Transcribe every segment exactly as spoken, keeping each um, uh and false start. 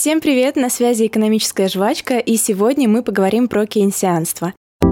Всем привет, на связи «Экономическая жвачка», и сегодня мы поговорим про кейнсианство.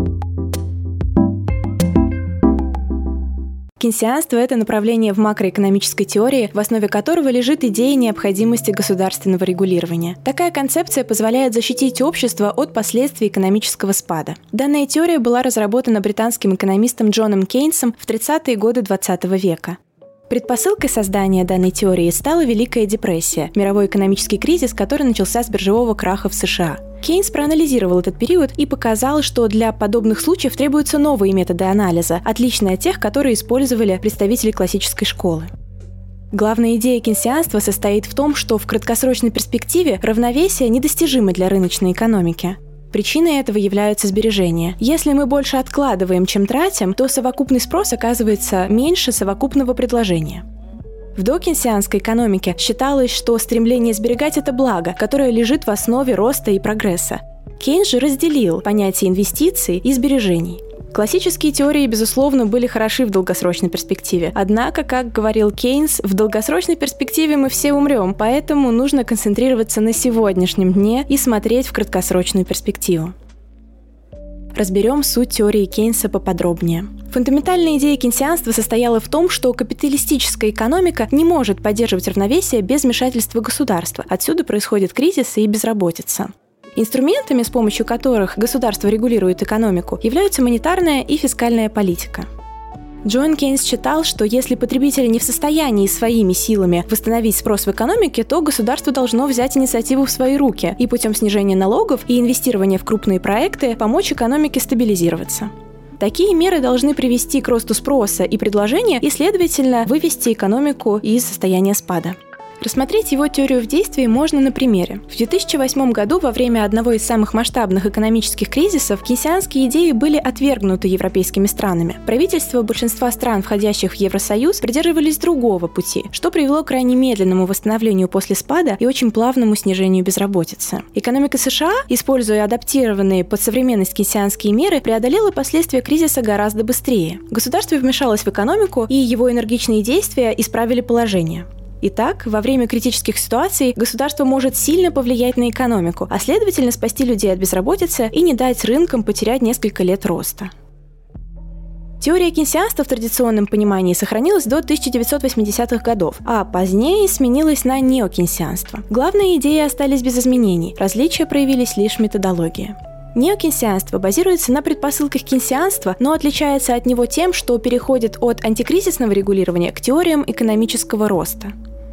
Кейнсианство – это направление в макроэкономической теории, в основе которого лежит идея необходимости государственного регулирования. Такая концепция позволяет защитить общество от последствий экономического спада. Данная теория была разработана британским экономистом Джоном Кейнсом в тридцатые годы двадцатого века. Предпосылкой создания данной теории стала Великая депрессия, мировой экономический кризис, который начался с биржевого краха в США. Кейнс проанализировал этот период и показал, что для подобных случаев требуются новые методы анализа, отличные от тех, которые использовали представители классической школы. Главная идея кейнсианства состоит в том, что в краткосрочной перспективе равновесие недостижимо для рыночной экономики. Причиной этого являются сбережения. Если мы больше откладываем, чем тратим, то совокупный спрос оказывается меньше совокупного предложения. В докейнсианской экономике считалось, что стремление сберегать – это благо, которое лежит в основе роста и прогресса. Кейнс же разделил понятие инвестиций и сбережений. Классические теории, безусловно, были хороши в долгосрочной перспективе. Однако, как говорил Кейнс, в долгосрочной перспективе мы все умрем, поэтому нужно концентрироваться на сегодняшнем дне и смотреть в краткосрочную перспективу. Разберем суть теории Кейнса поподробнее. Фундаментальная идея кейнсианства состояла в том, что капиталистическая экономика не может поддерживать равновесие без вмешательства государства. Отсюда происходят кризисы и безработица. Инструментами, с помощью которых государство регулирует экономику, являются монетарная и фискальная политика. Джон Кейнс считал, что если потребители не в состоянии своими силами восстановить спрос в экономике, то государство должно взять инициативу в свои руки и путем снижения налогов и инвестирования в крупные проекты помочь экономике стабилизироваться. Такие меры должны привести к росту спроса и предложения и, следовательно, вывести экономику из состояния спада. Рассмотреть его теорию в действии можно на примере. В две тысячи восьмом году, во время одного из самых масштабных экономических кризисов, кейнсианские идеи были отвергнуты европейскими странами. Правительства большинства стран, входящих в Евросоюз, придерживались другого пути, что привело к крайне медленному восстановлению после спада и очень плавному снижению безработицы. Экономика США, используя адаптированные под современность кейнсианские меры, преодолела последствия кризиса гораздо быстрее. Государство вмешалось в экономику, и его энергичные действия исправили положение. Итак, во время критических ситуаций государство может сильно повлиять на экономику, а следовательно спасти людей от безработицы и не дать рынкам потерять несколько лет роста. Теория кейнсианства в традиционном понимании сохранилась до тысяча девятьсот восьмидесятых годов, а позднее сменилась на неокейнсианство. Главные идеи остались без изменений, различия проявились лишь в методологии. Неокейнсианство базируется на предпосылках кейнсианства, но отличается от него тем, что переходит от антикризисного регулирования к теориям экономического роста.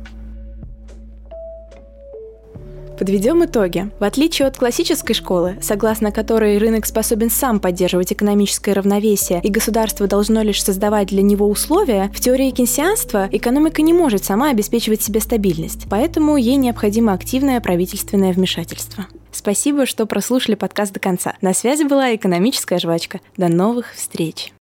Подведем итоги. В отличие от классической школы, согласно которой рынок способен сам поддерживать экономическое равновесие и государство должно лишь создавать для него условия, в теории кейнсианства экономика не может сама обеспечивать себе стабильность, поэтому ей необходимо активное правительственное вмешательство. Спасибо, что прослушали подкаст до конца. На связи была «Экономическая жвачка». До новых встреч!